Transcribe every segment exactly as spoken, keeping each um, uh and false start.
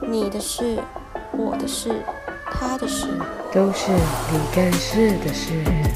你的事、我的事、他的事， 都是你干事的事。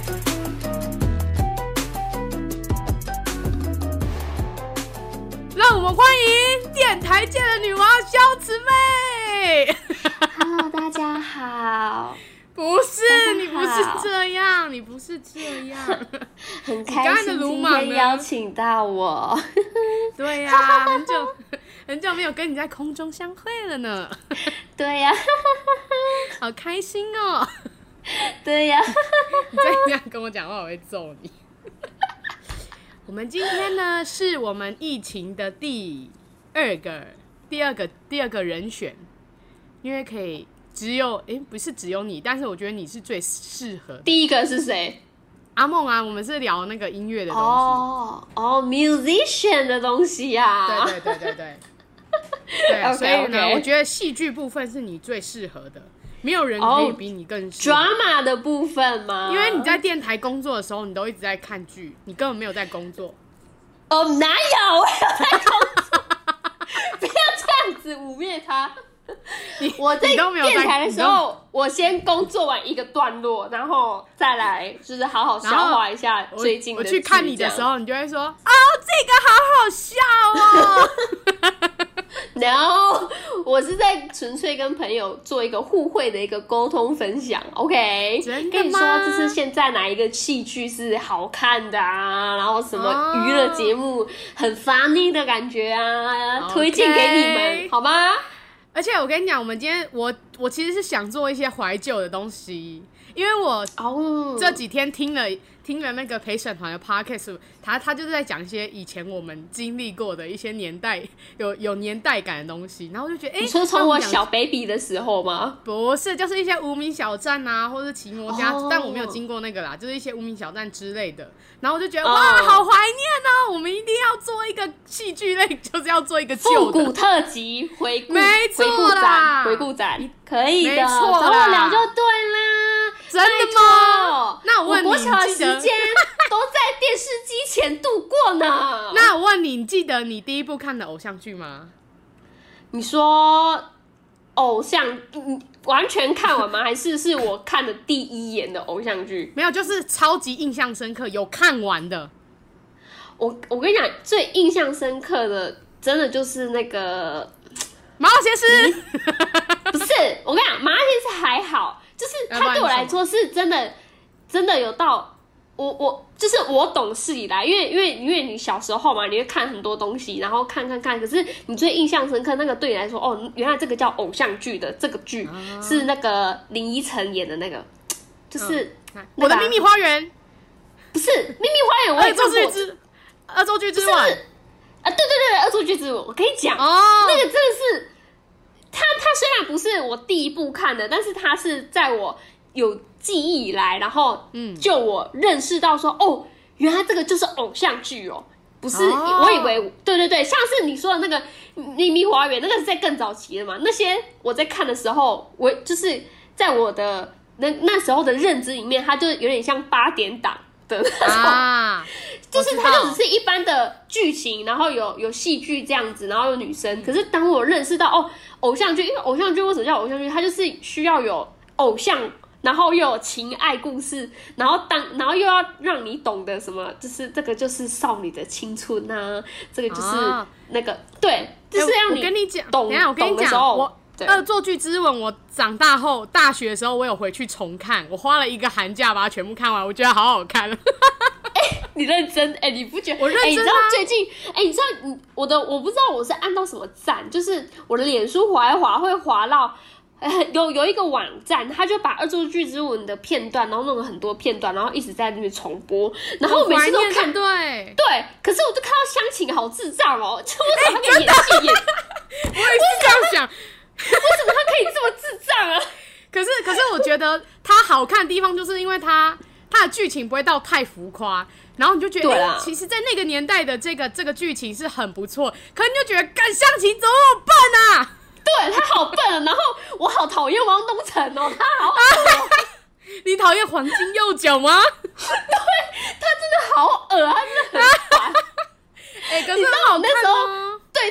让我们欢迎电台界的女王萧慈妹。 Hello， 大家好。 不是，你不是这样，你不是这样。 很开心今天邀请到我。 对呀、啊，很久很久没有跟你在空中相会了呢。 对呀、啊， 好开心哦。 对呀、啊， 你再这样跟我讲话，我会揍你。我们今天呢，是我们疫情的第二个、第二个、第二个人选，因为可以。只有哎、欸，不是只有你，但是我觉得你是最适合的。 第一个是谁？ 阿梦啊，我们是聊那个音乐的东西。 哦哦 ，musician 的东西呀、啊。 对对对对对。对， okay, 所以呢， okay. 我觉得戏剧部分是你最适合的，没有人可以比你更适合。 drama 的部分吗？ 因为你在电台工作的时候，你都一直在看剧，你根本没有在工作。 哦，哪有？我有在工作。不要这样子污蔑他。我在电台的时候，我先工作完一个段落，然后再来就是好好消化一下最近的剧。 我去看你的时候，你就会说：“哦，这个好好笑哦。” 然后我是在纯粹跟朋友做一个互惠的一个沟通分享 ，OK？ 真的吗？ 跟你说，就是现在哪一个戏剧是好看的啊，然后什么娱乐节目很 funny 的感觉啊， okay. 推荐给你们，好吗？ 而且我跟你讲，我们今天我我其实是想做一些怀旧的东西，因为我这几天听了、oh. 听了那个陪审团的 podcast， 他他就是在讲一些以前我们经历过的一些年代有有年代感的东西，然后我就觉得，哎、欸， 你说从我小 baby 的时候吗？ 不是，就是一些无名小站啊，或者奇摩家， oh. 但我没有经过那个啦，就是一些无名小站之类的。然后我就觉得、oh. 哇，好怀念哦！我们一定要做一个戏剧类，就是要做一个旧的复古特辑回顾， 没错啦， 回顾展可以的， 没错啦， 找我聊就对啦。 真的吗？那我问你， 我国小的时间都在电视机前度过呢。 那我问你，你记得你第一部看的偶像剧吗？ 你说偶像，你完全看完吗？还是是我看的第一眼的偶像剧？ 没有，就是超级印象深刻，有看完的。 我我跟你讲，最印象深刻的，真的就是那个麻辣鲜师。 不是，我跟你讲，麻辣鲜师还好。就是他对我来说是真的，真的有到我我就是我懂事以来，因为因为因为你小时候嘛，你会看很多东西，然后看看看，可是你最印象深刻那个对你来说，哦，原来这个叫偶像剧的这个剧、啊、是那个林依晨演的那个，就是、 嗯那個啊、我的秘密花园， 不是秘密花园，我也看过， 恶作劇之吻啊，对对对，恶作劇之吻，我跟你讲，哦，那个真的是。他他虽然不是我第一部看的，但是他是在我有记忆以来，然后就我认识到说，哦，原来这个就是偶像剧哦，不是、哦、我以为，对对对，像是你说的那个秘密花园，那个是在更早期的嘛，那些我在看的时候，我就是在我的那那时候的认知里面，它就有点像八点档的那种。啊就是它就只是一般的剧情，然后有有戏剧这样子，然后有女生。可是当我认识到哦，偶像剧，因为偶像剧为什么叫偶像剧？它就是需要有偶像，然后又有情爱故事，然后当然后又要让你懂得什么，就是这个就是少女的青春啊，这个就是那个、啊、对，就是让你懂。我跟你讲， 等一下我跟你讲，我《恶作剧之吻》我长大后大学的时候，我有回去重看，我花了一个寒假把它全部看完，我觉得好好看。 你认真哎、欸，你不觉得？ 我认真、啊欸、 你知道最近哎、欸，你知道你我的我不知道我是按到什么赞，就是我的脸书滑一滑会滑到、呃、有有一个网站，他就把《恶作剧之吻》的片段，然后弄了很多片段，然后一直在那边重播，然后我每次都看， 对对，可是我就看到湘琴好智障哦，就为什么他可以演戏演？ 我也是这样想， 为什么他可以这么智障啊？ 可是可是我觉得他好看的地方，就是因为他他的剧情不会到太浮夸。然后你就觉得，哎、欸，其实，在那个年代的这个这个剧情是很不错，可你就觉得，干湘琴怎么那么笨啊？ 对他好笨，然后我好讨厌王东城哦，他好恶、哦。 你讨厌黄金右脚吗？ 对，他真的好恶，他真的很烦。 哎、欸，可是你知道我那时候对他的印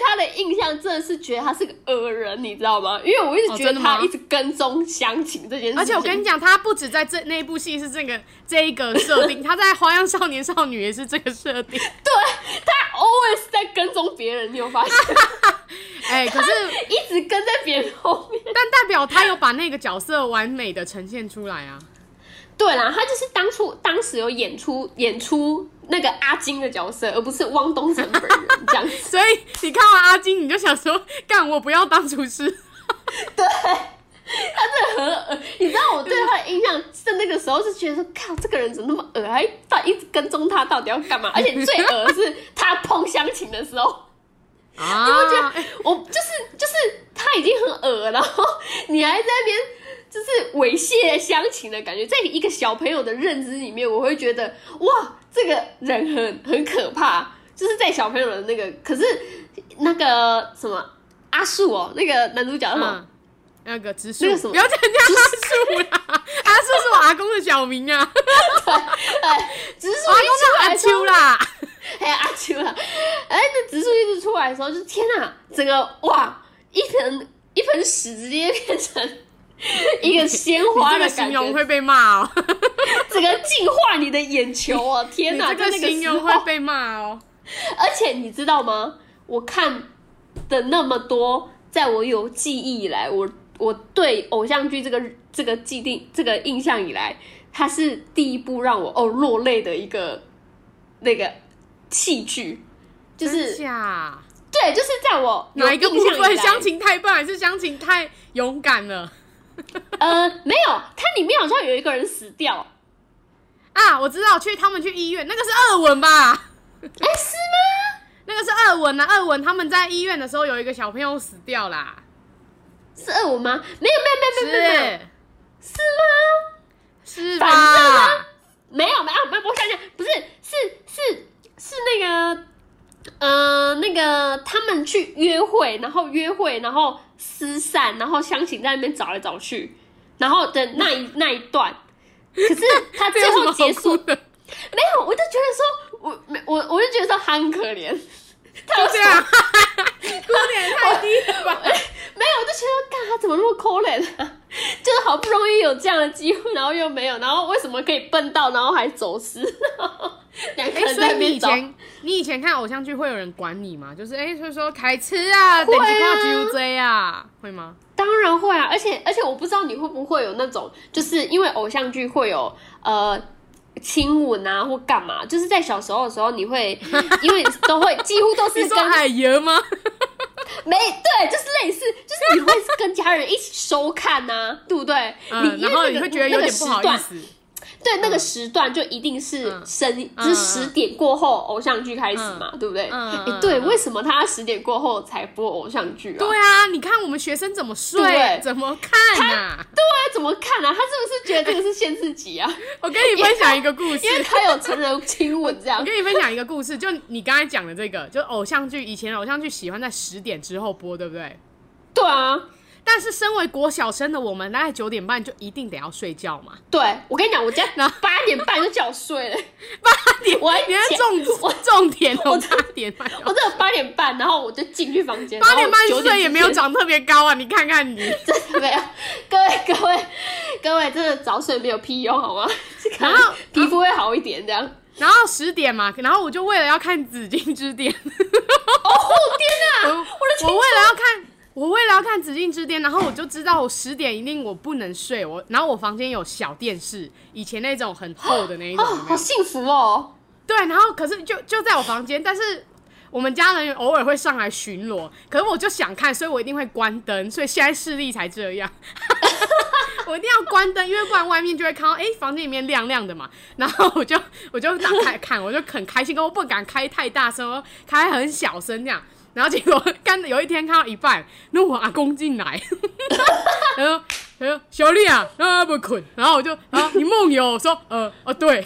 印象真的是觉得他是个恶人，你知道吗？因为我一直觉得他一直跟踪湘琴这件事情。 而且我跟你讲，他不止在这那一部戏是这个这一个设定，他在《花样少年少女》也是这个设定。 对，他 always 在跟踪别人，你有发现？ 哎、欸，可是一直跟在别人后面， 但代表他有把那个角色完美的呈现出来啊。 对啦，他就是当初当时有演出演出那个阿金的角色，而不是汪东城本人这样子。 所以你看完阿金，你就想说，干我不要当厨师。 对，他真的很恶。你知道我对他的印象是那个时候是觉得说，靠，这个人怎么那么恶，还到一直跟踪他，到底要干嘛？而且最恶的是他碰湘琴的时候。啊！你会觉得我就是就是他已经很恶了，然后你还在那边就是猥亵湘琴的感觉，在一个小朋友的认知里面，我会觉得哇，这个人很很可怕，就是在小朋友的那个，可是那个什么阿树哦，那个男主角是什么？嗯那个植树， 那个什么， 不要叫人家阿树啦，阿树是我阿公的小名啊。 对，植树阿公叫阿秋啦， 还有阿秋啦。哎，那植树一直出来的时候，就是天哪，整个哇，一盆一盆屎直接变成一个鲜花的感觉。 你这个形容会被骂哦， 整个净化你的眼球哦，天哪， 你这个形容会被骂哦。 而且你知道吗？我看的那么多，在我有记忆以来，我。我对偶像剧这个这个既定这个印象以来，它是第一部让我哦落泪的一个那个戏剧，就是假对，就是在我哪一个部分湘琴太笨，还是湘琴太勇敢了？ 呃，没有，它里面好像有一个人死掉啊！我知道，去他们去医院，那个是二文吧？ 哎，是吗？ 那个是二文啊，二文他们在医院的时候有一个小朋友死掉啦。 是二文吗？没有没有没有没有没有，是吗？ 是吧？ 反正啊，没有没有没有，我想想，不是是是是那个呃那个他们去约会，然后约会，然后失散，然后湘琴在那边找来找去，然后的那一那一段，可是他最后结束没有，我就觉得说，我我我就觉得说他很可怜。 就这样，哭点太低了吧？ 没有，我就觉得，干他怎么那么可怜啊？就是好不容易有这样的机会，然后又没有，然后为什么可以笨到，然后还走失？两个人在那边找。 所以你以前，你以前看偶像剧会有人管你吗？就是哎，所以说开车啊，等几挂 G J 啊，会吗？ 当然会啊，而且而且我不知道你会不会有那种，就是因为偶像剧会有呃。亲吻啊，或干嘛？就是在小时候的时候，你会因为都会几乎都是跟你说矮爷吗？ 没对，就是类似，就是你会跟家人一起收看啊，对不对？ 嗯， 你然后你会觉得有点不好意思。 对，那个时段就一定是深，嗯、就是十点过后偶像剧开始嘛，嗯、对不对？嗯、欸，对，为什么他十点过后才播偶像剧啊？ 对啊，你看我们学生怎么睡，怎么看啊？ 对，怎么看啊？他是不是觉得这个是限制级啊？ 我跟你分享一个故事， 因为他有成人亲吻这样。 我跟你分享一个故事，就你刚才讲的这个，就偶像剧，以前的偶像剧喜欢在十点之后播，对不对？ 对啊。 但是身为国小生的我们，大概九点半就一定得要睡觉嘛。 对，我跟你讲，我家八点半就叫我睡了。 八点，我还你还重我重点哦，八点半， 我这有八点半，然后我就进去房间。 八点半睡也没有长特别高啊，你看看你， 真的没有。各位各位各位，真的早睡没有屁用好吗？然后皮肤会好一点这样。 然后十点嘛，然后我就为了要看《紫禁之巅》。 哦天哪！我我我为了要看。我为了要看《紫禁之巅》，然后我就知道我十点一定我不能睡，我然后我房间有小电视，以前那种很厚的那一种， 哦，好幸福哦。 对，然后可是就就在我房间，但是我们家人偶尔会上来巡逻，可是我就想看，所以我一定会关灯，所以现在视力才这样。我一定要关灯，因为不然外面就会看到，哎、欸，房间里面亮亮的嘛。然后我就我就打开看，我就很开心，可我不敢开太大声，我开很小声这样。然后结果干有一天看到一半，那我阿公进来，他说：“他说小丽啊，啊不困。”然后我就啊，你梦游？我说呃哦对，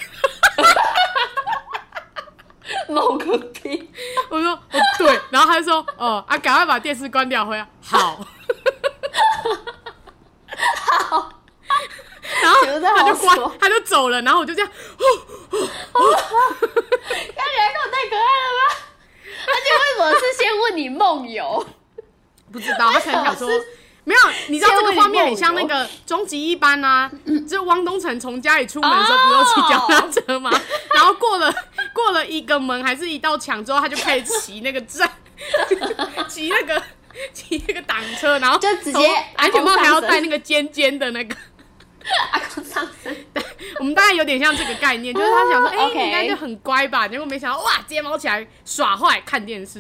梦个屁！ 我说哦对，然后他就说哦啊，赶快把电视关掉，回来好， 好。 然后他就关，他就走了，然后我就这样，哦哦哦， 看起来跟我太可爱了吧？而且为什么是先问你梦梦游？ 不知道，他可能想说。没有，你知道这个画面很像那个终极一班啊，就是汪东城从家里出门的时候，不是骑脚踏车吗？然后过了过了一个门还是一道墙之后，他就开始骑那个站，骑那个骑那个挡车，然后就直接安全帽还要戴那个尖尖的那个。 阿公上身， 对，我们大概有点像这个概念，就是他想说，哎、欸， okay. 你应该就很乖吧，结果没想到，哇，睫毛起来耍坏看电视。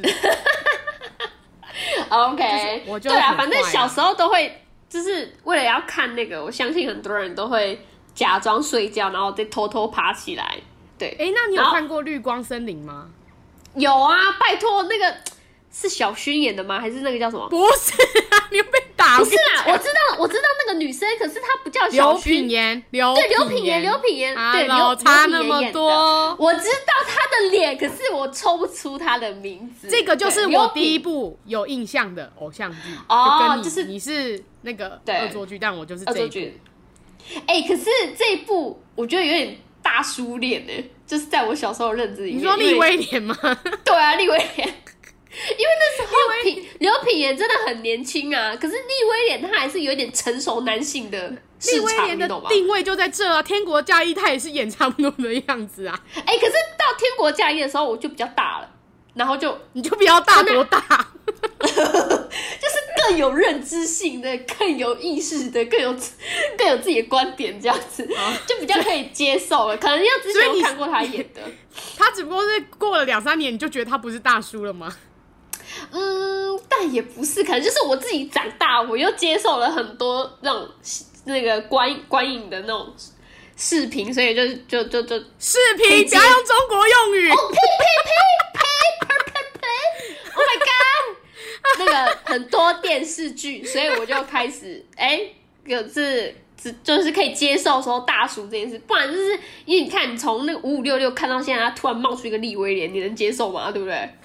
OK， 我就对啊，反正小时候都会，就是为了要看那个，我相信很多人都会假装睡觉，然后再偷偷爬起来。对， 哎、欸，那你有看过《绿光森林》吗？ 有啊，拜托，那个是小薰演的吗？还是那个叫什么？ 不是啊，你又被打。 不是啊，我知道，我知道那个女生，可是她不叫小薰。 刘品言，刘对刘品言，刘品言，对，刘差那么多。 我知道她的脸，可是我抽不出她的名字。 这个就是我第一部有印象的偶像剧， 哦， 就跟你就是你是那个恶作剧，但我就是这一部。 哎、欸，可是这一部我觉得有点大叔脸呢，就是在我小时候的认知里面。 你说利威廉吗？ 对啊，利威廉。因为那时候品刘品言真的很年轻啊，可是利威廉他还是有点成熟男性的市场，利威廉的定位就在这啊。天国嫁衣他也是演差不多的样子啊。 哎、欸，可是到天国嫁衣的时候我就比较大了，然后就你就比较大多大？ 就是更有认知性的、更有意识的、更有更有自己的观点这样子，啊、就比较可以接受了。可能要之前有看过他演的， 他只不过是过了两三年，你就觉得他不是大叔了吗？ 嗯，但也不是，可能就是我自己长大，我又接受了很多那种那个观观影的那种视频，所以就就就就视频不要用中国用语。 哦呸呸呸呸呸呸 ！Oh my god！ 那个很多电视剧，所以我就开始哎，有是就是可以接受说大叔这件事，不然就是因为你看你从那个五五六六看到现在，他突然冒出一个利威廉，你能接受吗？对不对？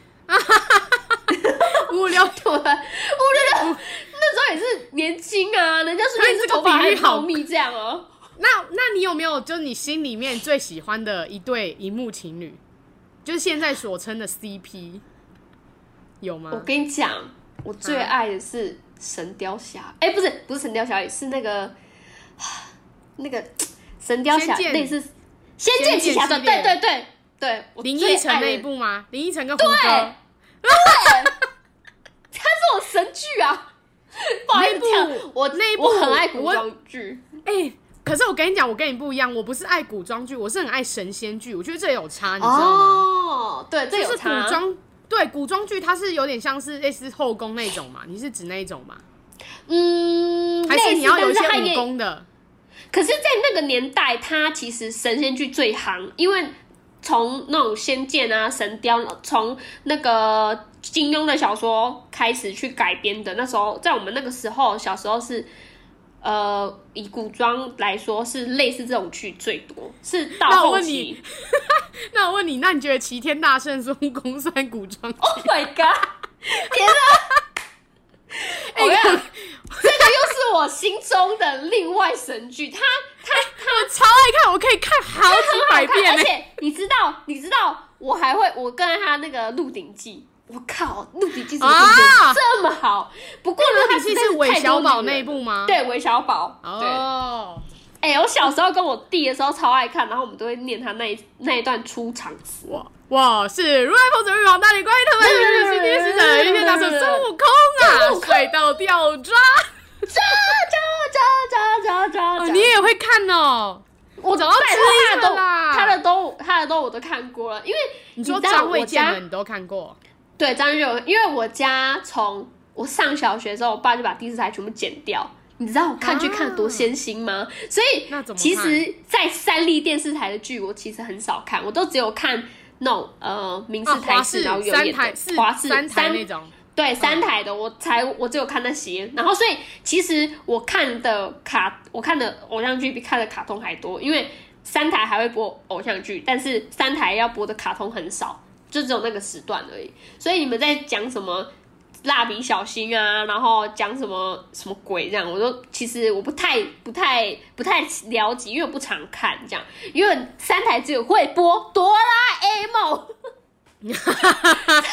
五六对，五六六那时候也是年轻啊，人家说你是头发还茂密这样哦、啊。 那那你有没有就是你心里面最喜欢的一对荧幕情侣，就是现在所称的 C P， 有吗？ 我跟你讲，我最爱的是神雕侠，哎、啊欸，不是不是神雕侠侣，是那个那个神雕侠类似仙剑奇侠传，对对对对， 林依晨那一部吗？林依晨跟胡歌。 对对，它是我神剧啊！ 那部我那一部我很爱古装剧， 哎、欸，可是我跟你讲，我跟你不一样，我不是爱古装剧，我是很爱神仙剧。我觉得这有差，你知道吗？ 哦，对，这有差。 就是古装，对古装剧，它是有点像是类似后宫那种嘛？你是指那一种吗？ 嗯， 还是你要有一些武功的？ 可是，在那个年代，它其实神仙剧最行，因为。从那种仙剑啊、神雕，从那个金庸的小说开始去改编的，那时候在我们那个时候，小时候是，呃，以古装来说是类似这种剧最多，是到后期。 那我问你，那你觉得齐天大圣孙悟空算古装剧 ？Oh my god！ 天啊！哎、欸，这个又是我心中的另外神剧，他他他超爱看，我可以看好几百遍、欸。 而且你知道，你知道，我还会，我跟他那个《鹿鼎记》，我靠，《鹿鼎记》怎么这么好？啊、不过呢， 它是是韦小宝那一部吗？ 对，韦小宝。 哦。 哎、欸，我小时候跟我弟的时候超爱看，然后我们都会念他那一那一段出场词。 哇，我是如来佛祖玉皇大帝，关于特派员的新天使者，一天大圣孙悟空啊，帅到掉渣， 渣渣渣渣渣渣！ 你也会看哦？ 我找到他的都，他的都，他的都我都看过了，因为你说张卫健的你都看过？ 对，张卫健，因为我家从我上小学的时候，我爸就把第四台全部剪掉。你知道我看剧看得多先心吗？啊、所以其实，在三立电视台的剧，我其实很少看，我都只有看那种呃民视、台视，然后有演的华视三台那种， 对三台的，我才我只有看那些。然后，所以其实我看的卡，我看的偶像剧比看的卡通还多，因为三台还会播偶像剧，但是三台要播的卡通很少，就只有那个时段而已。所以你们在讲什么？蜡笔小新啊，然后讲什么什么鬼这样，我都其实我不太不太不太了解，因为我不常看这样，因为三台只有会播哆啦 A 梦，三台只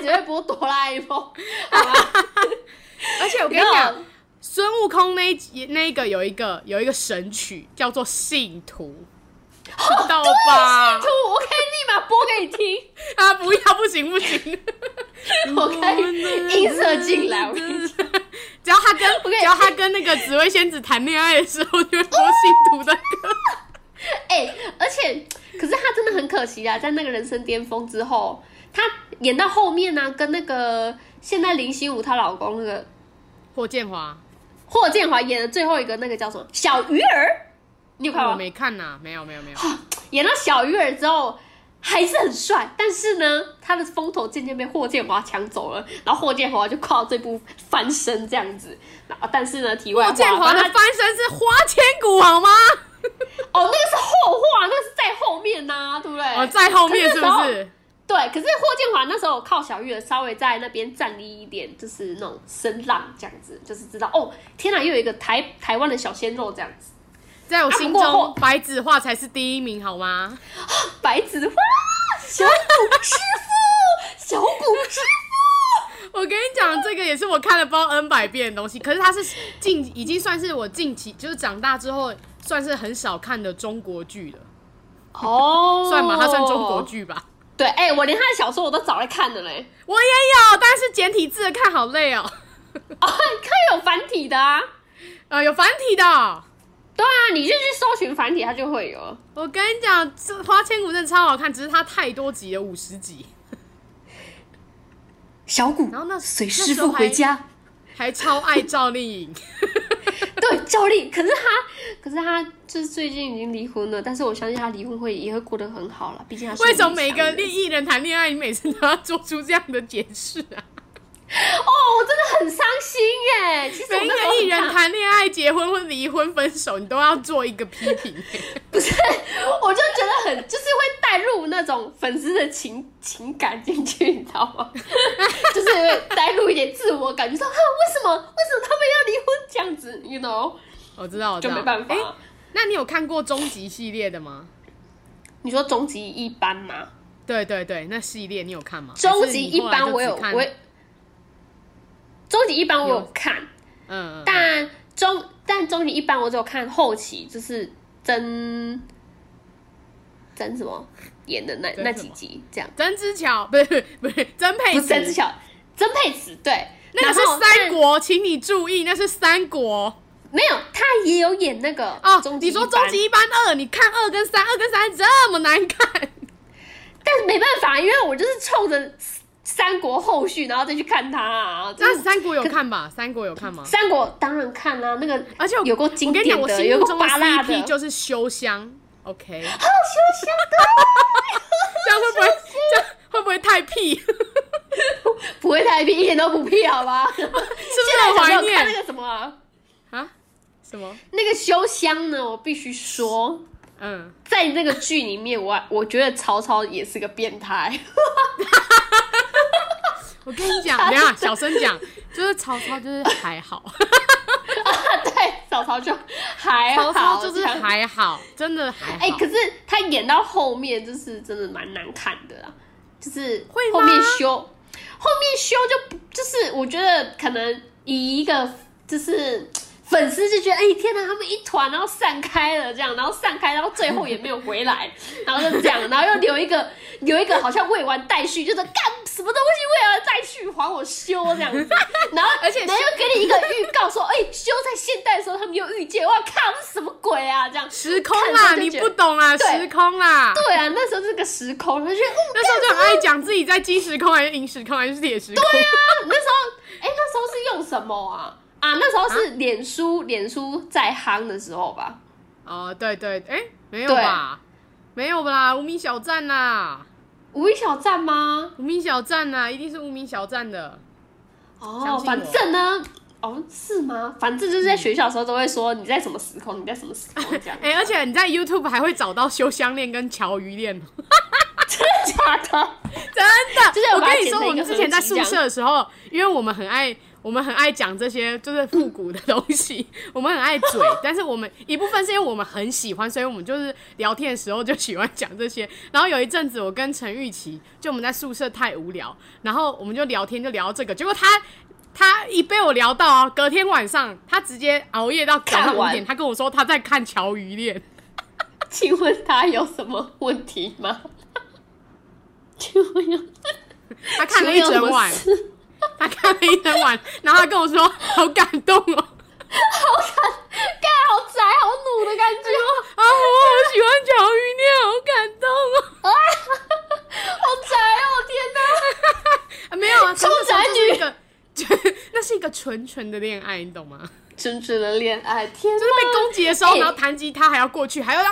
谁会播哆啦 A 梦？好吧。 而且我跟你讲，孙悟空那一那一个有一个有一个神曲叫做《信徒》，知道吧？ 信徒，我可以立马播给你听。 啊，不要，不行不行， 我可以映射进来。我跟你讲， 只要他跟只要他跟那个紫薇仙子谈恋爱的时候，就会播信徒的歌。 哎、欸，而且，可是他真的很可惜啦，在那个人生巅峰之后，他演到后面呢、啊，跟那个现在林心如她老公那个霍建华， 霍建华演的最后一个那个叫什么小鱼儿，你有看吗？ 我没看呐、啊，没有没有没有。 演到小鱼儿之后还是很帅，但是呢，他的风头渐渐被霍建华抢走了，然后霍建华就靠这部翻身这样子。但是呢，题外话， 霍建华的翻身是花千骨好吗？ 哦，那个是后话，那个是在后面呐、啊，对不对？ 哦，在后面是不是？ 对，可是霍建华那时候靠小玉儿稍微在那边站立一点，就是那种声浪这样子，就是知道哦，天哪，又有一个台台湾的小鲜肉这样子， 在我心中，啊、白子画才是第一名，好吗？ 白子画，小谷师傅，小谷师傅， 我跟你讲，这个也是我看了不知道 N 百遍的东西，可是它是近已经算是我近期就是长大之后算是很少看的中国剧了。 哦， 算吧，它算中国剧吧。 对，哎、欸，我连他的小说我都找来看的嘞。 我也有，但是简体字的看好累哦。 啊，看有繁体的啊， 呃，有繁体的、哦。 对啊，你就去搜寻繁体，它就会有。 我跟你讲，《花千骨》真的超好看，只是它太多集了，五十集。 小谷， 然后那随师傅回家， 还, 还超爱赵丽颖。 对，赵丽，可是他，可是他就是最近已经离婚了，但是我相信他离婚会也会过得很好了，毕竟他是。 为什么每个艺人谈恋爱，你每次都要做出这样的解释啊？ 哦，我真的很伤心耶！其实每一个艺人谈恋爱、结婚或离婚、分手，你都要做一个批评。 不是，我就觉得很，就是会带入那种粉丝的情情感进去，你知道吗？就是会带入一点自我感觉，说哈，为什么为什么他们要离婚这样子 ？You know？ 我知道，我知道， 就没办法。 欸，那你有看过终极系列的吗？ 你说终极一班吗？ 对对对，那系列你有看吗？ 终极一班我有，我终极一班我有看， 嗯， 但终但终极一班我只有看后期，就是曾曾什么演的那那几集这样。 曾之乔不是不是曾沛慈， 不是曾之乔，曾沛慈对， 那个是三国，请你注意，那是三国。 没有，他也有演那个哦。你说终极一班二，你看二跟三，二跟三这么难看， 但是没办法，因为我就是冲着三国后续，然后再去看它啊。 那三国有看吧？三国有看吗？ 三国当然看啊，那个而且有够经典的， 我跟你讲，我心目中的 C C P 就是修香 ，OK？ 好修香的， 这样会不会这样会不会太屁？ 不会太屁，一点都不屁，好吧？是不是很怀念？ 看那个什么啊？ 啊？什么？ 那个修香呢？我必须说， 嗯， 在那个剧里面，我我觉得曹操也是个变态。 我跟你讲，等一下小声讲，就是曹操就是还好。 啊，对，曹操就还好， 曹操就是还好，真的还好。 哎、欸，可是他演到后面就是真的蛮难看的啦，就是会后面修，后面修就就是我觉得可能以一个就是粉丝就觉得哎、欸、天哪，他们一团然后散开了这样，然后散开，然后最后也没有回来，然后就这样，然后又留一个留一个好像未完待续，就是干什么东西未完待续还我修这样子，然后而且然后又给你一个预告说，哎、欸、修在现代的时候他们又遇见，哇靠，这是什么鬼啊这样？ 时空啦，你不懂啦，时空啦。 对啊，那时候是个时空，他就、嗯、 那时候就很爱讲自己在金时空还是银时空还是铁时空。 对啊，那时候哎、欸、那时候是用什么啊？啊，那时候是脸书，脸、啊、书在夯的时候吧？ 哦，对对，哎、欸，没有吧？没有吧？无名小站呐？ 无名小站吗？ 无名小站呐，一定是无名小站的。 哦，反正呢，哦，是吗？反正就是在学校的时候都会说你在什么时空，你在什么时空这样。 哎、欸，而且你在 YouTube 还会找到修香恋跟乔鱼恋。 真的假的？ 真的， 就是我跟你说，我们之前在宿舍的时候，因为我们很爱， 我们很爱讲这些就是复古的东西，我们很爱嘴，但是我们一部分是因为我们很喜欢，所以我们就是聊天的时候就喜欢讲这些。然后有一阵子我跟陈玉琪，就我们在宿舍太无聊，然后我们就聊天就聊这个，结果他他一被我聊到啊，隔天晚上他直接熬夜到早上五点，他跟我说他在看《乔鱼恋》。 请问他有什么问题吗？请问有？他看了一整晚，他看了一整晚，然后他跟我说好感动哦， 好感，干好宅好努的感觉啊！我好喜欢《乔鱼恋》，好感动哦， 啊，好宅哦，天哪！ 啊、没有啊， 超宅女， 那是一个，那是一个纯纯的恋爱，你懂吗？ 纯纯的恋爱，天哪！ 就是被攻击的时候，欸、然后弹吉他还要过去，还要啊，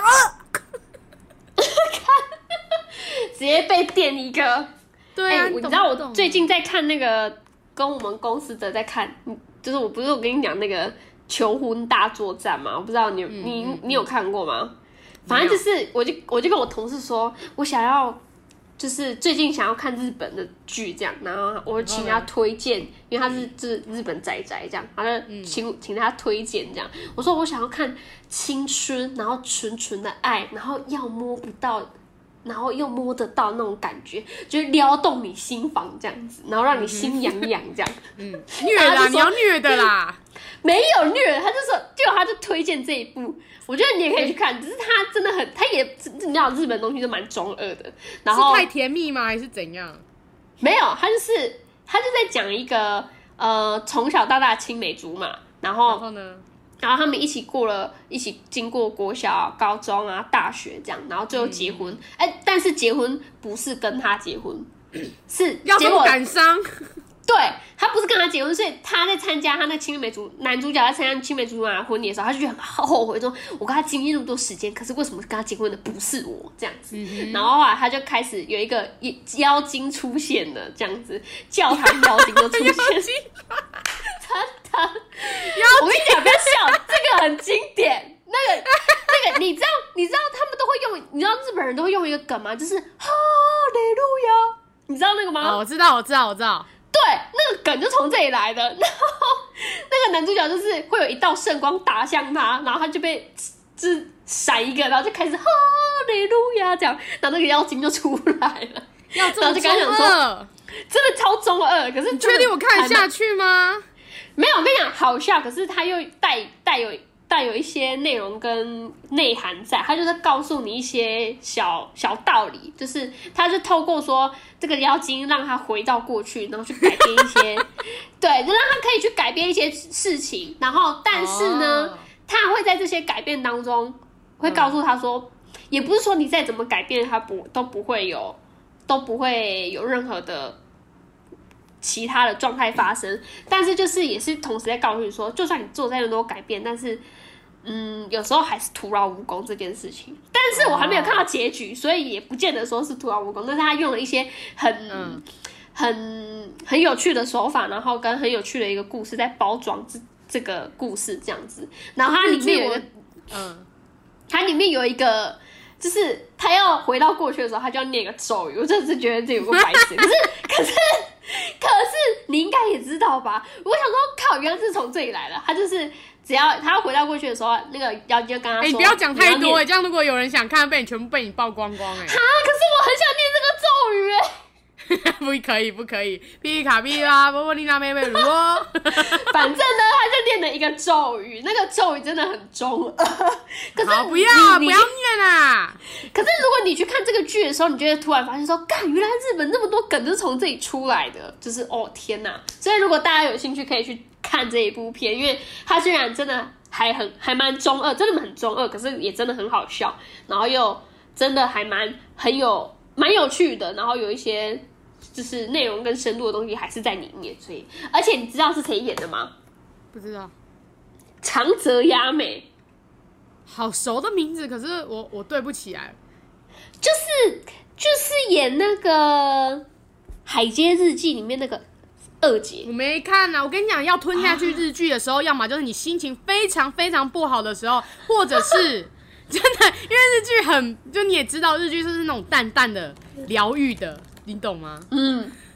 直接被电一个。 对啊， 欸、你知道我最近在看那个，跟我们公司的在看，就是我不是我跟你讲那个求婚大作战嘛？我不知道你、嗯、你、嗯、你有看过吗？反正就是我就我就跟我同事说，我想要就是最近想要看日本的剧这样，然后我请他推荐，因为他是就是日本宅宅这样，然后就请、嗯、请他推荐这样。我说我想要看青春，然后纯纯的爱，然后要摸不到。然后又摸得到那种感觉，就是撩动你心房这样子，然后让你心痒痒这样。嗯， 虐啦，你要虐的啦。 没有虐，他就说，结果他就推荐这一部，我觉得你也可以去看，只是他真的很，他也你知道日本东西都蛮中二的。然后是太甜蜜吗？还是怎样？ 没有，他就是他就在讲一个呃从小到大的青梅竹马，然后然后呢？ 然后他们一起过了，一起经过国小、高中啊、大学这样，然后最后结婚。哎、嗯欸，但是结婚不是跟他结婚，是要怎么感伤？ 对，他不是跟他结婚，所以他在参加他那青梅竹男主角在参加青梅竹马的婚礼的时候，他就觉得很后悔，说我跟他经历那么多时间，可是为什么跟他结婚的不是我这样子？嗯、然后后来他就开始有一个妖精出现了，这样子，教堂妖精就出现。真的，我跟你讲，不要笑，这个很经典。那个那个，你知道你知道他们都会用，你知道日本人都会用一个梗吗？就是哈利路亚，你知道那个吗？ 哦，我知道，我知道，我知道。 对，那个梗就从这里来的。然后那个男主角就是会有一道圣光打向他，然后他就被就是闪一个，然后就开始哈利路亚这样，然后那个妖精就出来了。 要这么中二， 真的超中二。可是你确定我看得下去吗？ 没有，我跟你讲，好笑，可是他又带带有带有一些内容跟内涵在，他就在告诉你一些小小道理，就是他就透过说这个妖精让他回到过去，然后去改变一些，对，就让他可以去改变一些事情，然后但是呢，哦、他会在这些改变当中会告诉他说，嗯、也不是说你再怎么改变，他不都不会有都不会有任何的。其他的状态发生，但是就是也是同时在告诉你说，就算你做再多改变，但是嗯，有时候还是徒劳无功这件事情。但是我还没有看到结局，所以也不见得说是徒劳无功。但是他用了一些很、嗯、很很有趣的手法，然后跟很有趣的一个故事在包装这这个故事这样子。然后它里面有一个，嗯，它里面有一个。就是他要回到过去的时候，他就要念一个咒语。我真的是觉得这有个白痴，可是可是可是你应该也知道吧？我想说，靠，原来是从这里来的。他就是只要他要回到过去的时候，那个妖精就跟他说：“哎、欸， 不要讲太多、欸，这样如果有人想看，被你全部被你曝光光哎、欸。” 哈，可是我很想念这个咒语哎、欸。 不可以，不可以，霹雳卡霹啦，波波丽娜妹妹如哦。 反正呢，他就念了一个咒语，那个咒语真的很中二。可是好不要不要念啊！ 可是如果你去看这个剧的时候，你就会突然发现说，干，原来日本那么多梗都是从这里出来的，就是哦天哪！所以如果大家有兴趣，可以去看这一部片，因为它虽然真的还很还蛮中二，真的很中二，可是也真的很好笑，然后又真的还蛮很有蛮有趣的，然后有一些。就是内容跟深度的东西还是在里面，所以而且你知道是谁演的吗？ 不知道， 长泽雅美， 好熟的名字，可是我我对不起来， 就是就是演那个《海街日记》里面那个二姐， 我没看啊。我跟你讲，要吞下去日剧的时候，啊、要么就是你心情非常非常不好的时候，或者是真的，因为日剧很，就你也知道，日剧就是那种淡淡的疗愈的。你懂吗？ 嗯，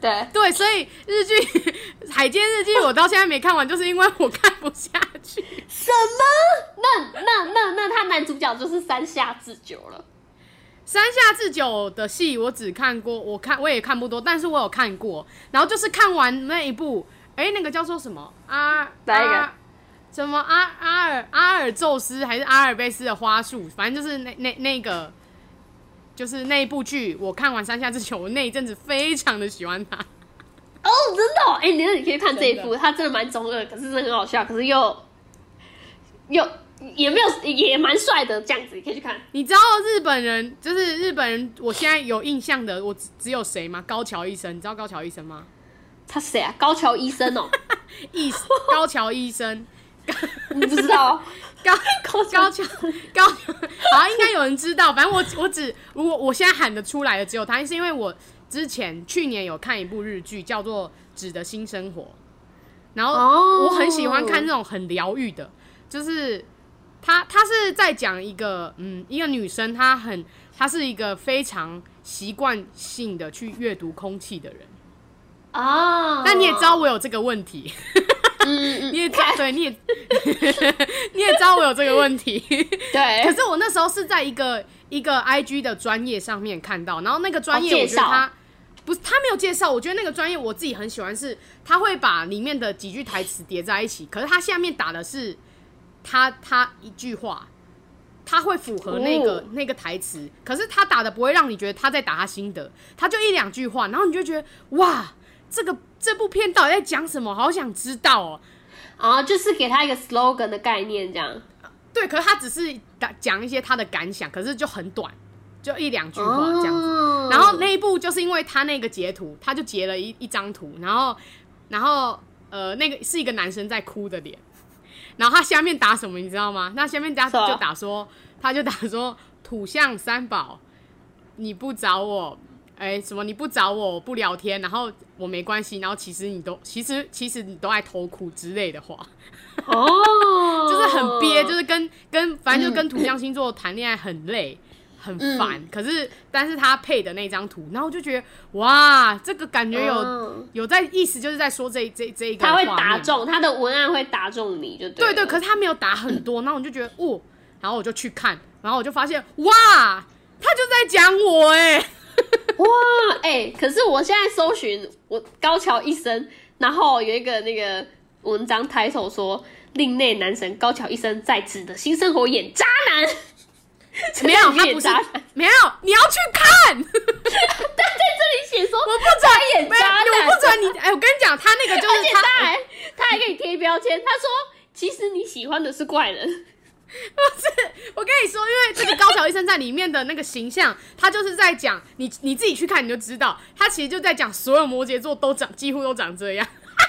对对，所以日剧《海街日记》我到现在没看完，就是因为我看不下去。 什么？那那那那他男主角就是山下智久了。 山下智久的戏我只看过，我看我也看不多，但是我有看过。然后就是看完那一部，哎、欸，那个叫做什么阿哪一个？ 什么阿阿尔阿尔宙斯还是阿尔卑斯的花束？反正就是那那那个，就是那一部剧。我看完山下智久，我那一阵子非常的喜欢他。 哦，真的、哦？哎、欸，你那你可以看这一部，他真的蛮中二，可是真的很好笑，可是又又。也没有，也蛮帅的，这样子你可以去看。 你知道日本人就是日本人，我现在有印象的，我只有谁吗？高桥医生，你知道高桥医生吗？ 他谁啊？高桥医生哦， 医高桥医生， 你不知道？ 高高高桥高，好，应该有人知道。反正我我只如果我现在喊得出来的只有他，是因为我之前去年有看一部日剧，叫做《纸的新生活》，然后我很喜欢看那种很疗愈的，就是。他他是在讲一个嗯一个女生，她很她是一个非常习惯性的去阅读空气的人啊。 但你也知道我有这个问题，嗯你也知道对，你也你也知道我有这个问题， 对。 可是我那时候是在一个一个 I G 的专页上面看到，然后那个专业我觉得他、哦、不是他没有介绍，我觉得那个专业我自己很喜欢是，他会把里面的几句台词叠在一起，可是他下面打的是。他他一句话，他会符合那个、哦、那个台词，可是他打的不会让你觉得他在打他心得，他就一两句话，然后你就觉得哇，这个这部片到底在讲什么？好想知道哦。 啊，就是给他一个 slogan 的概念这样。 对，可是他只是讲一些他的感想，可是就很短，就一两句话这样子。哦、然后那一部就是因为他那个截图，他就截了一一张图，然后然后呃，那个是一个男生在哭的脸。然后他下面打什么你知道吗？那下面打就打说，他就打说土象三宝，你不找我，哎，什么你不找我，我不聊天，然后我没关系，然后其实你都其实其实你都爱偷哭之类的话，哦，就是很憋，就是跟跟反正就跟土象星座谈恋爱很累。很烦、嗯，可是但是他配的那张图，然后我就觉得哇，这个感觉有、嗯、有在意思，就是在说这这这一个画面， 他会打中他的文案会打中你就对了， 对对，可是他没有打很多，然后我就觉得哦，然后我就去看，然后我就发现哇，他就在讲我哎、欸， 哇哎、欸，可是我现在搜寻我高桥一生，然后有一个那个文章title说另类男神高桥一生在纸的新生活演渣男。 没有，他不是没有，你要去看。 但在这里写说， 我不准演渣男， 我不准你。哎、欸，我跟你讲，他那个就是他， 他还他还给你贴标签，他说其实你喜欢的是怪人。 不是，我跟你说，因为这个高桥医生在里面的那个形象，他就是在讲你你自己去看你就知道，他其实就在讲所有摩羯座都长几乎都长这样。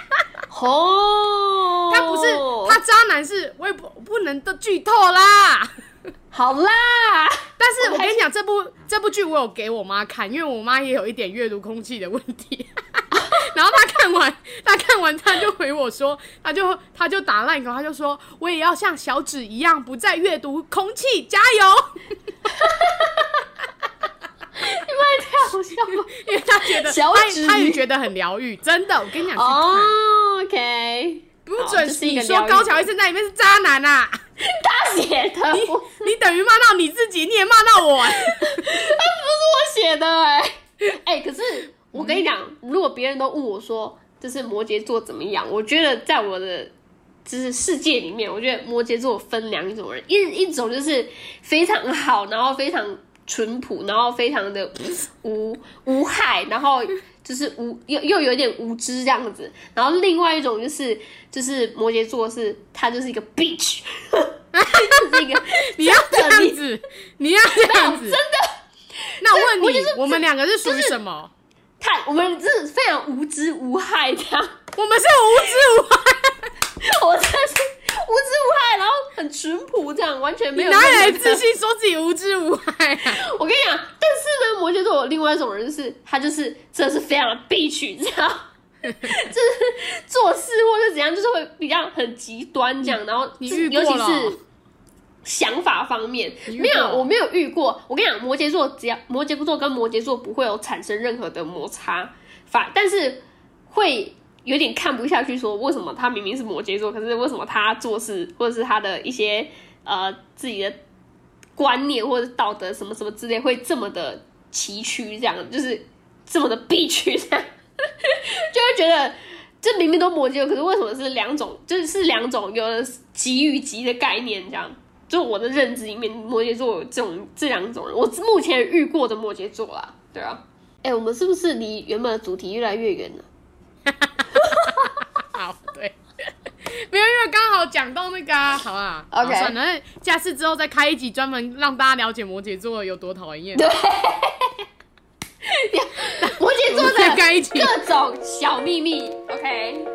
哦， 他不是他渣男是，我也不不能都剧透啦。 好啦， 但是我跟你讲，这部这部剧我有给我妈看，因为我妈也有一点阅读空气的问题。然后她看完，她看完，她就回我说，她就她就打烂狗，她就说我也要像小指一样不再阅读空气，加油！ 你们也太好笑了， 因为她觉得小指， 她也觉得很疗愈，真的，我跟你讲， 哦、oh, ，OK， 不准你说高桥医生在里面是渣男啊！ 他写的， 你你等于骂到你自己，你也骂到我、欸， 他不是我写的哎、欸，哎、欸，可是我跟你讲，如果别人都问我说就是摩羯座怎么样，我觉得在我的就是世界里面，我觉得摩羯座分两种人，一一种就是非常好，然后非常淳朴，然后非常的无无害，然后就是无又又有点无知这样子，然后另外一种就是就是摩羯座是他就是一个 bitch， 就是一个你要这样子，你要这样子， 真的。 那我问你，我, 就是、 我们两个是属于什么？ 看、就是、我们是非常无知无害这样， 我们是无知无害， 我真的是无知无害，然后很淳朴这样，完全没有。 你哪里来自信说自己无知无害啊？ 我跟你讲，但是呢，摩羯座有另外一种人是，他就是真的是非常的必须这样。就是做事或者怎样，就是会比较很极端这样，然后你遇过了， 尤其是想法方面，没有，我没有遇过。我跟你讲，摩羯座只要摩羯座跟摩羯座不会有产生任何的摩擦， 反但是会有点看不下去，说为什么他明明是摩羯座，可是为什么他做事或者是他的一些呃自己的观念或者道德什么什么之类会这么的崎岖，这样就是这么的必须这样，就会觉得这明明都摩羯座，可是为什么是两种，就是是两种有极与极的概念这样。就我的认知里面，摩羯座有这种这两种人，我目前遇过的摩羯座啦，对啊。哎、欸，我们是不是离原本的主题越来越远了？ 好，对，没有，因为刚好讲到那个、啊，好啊 ，OK， 算了，下次之后再开一集专门让大家了解摩羯座有多讨厌。 对，摩羯座的各种小秘密 ，OK。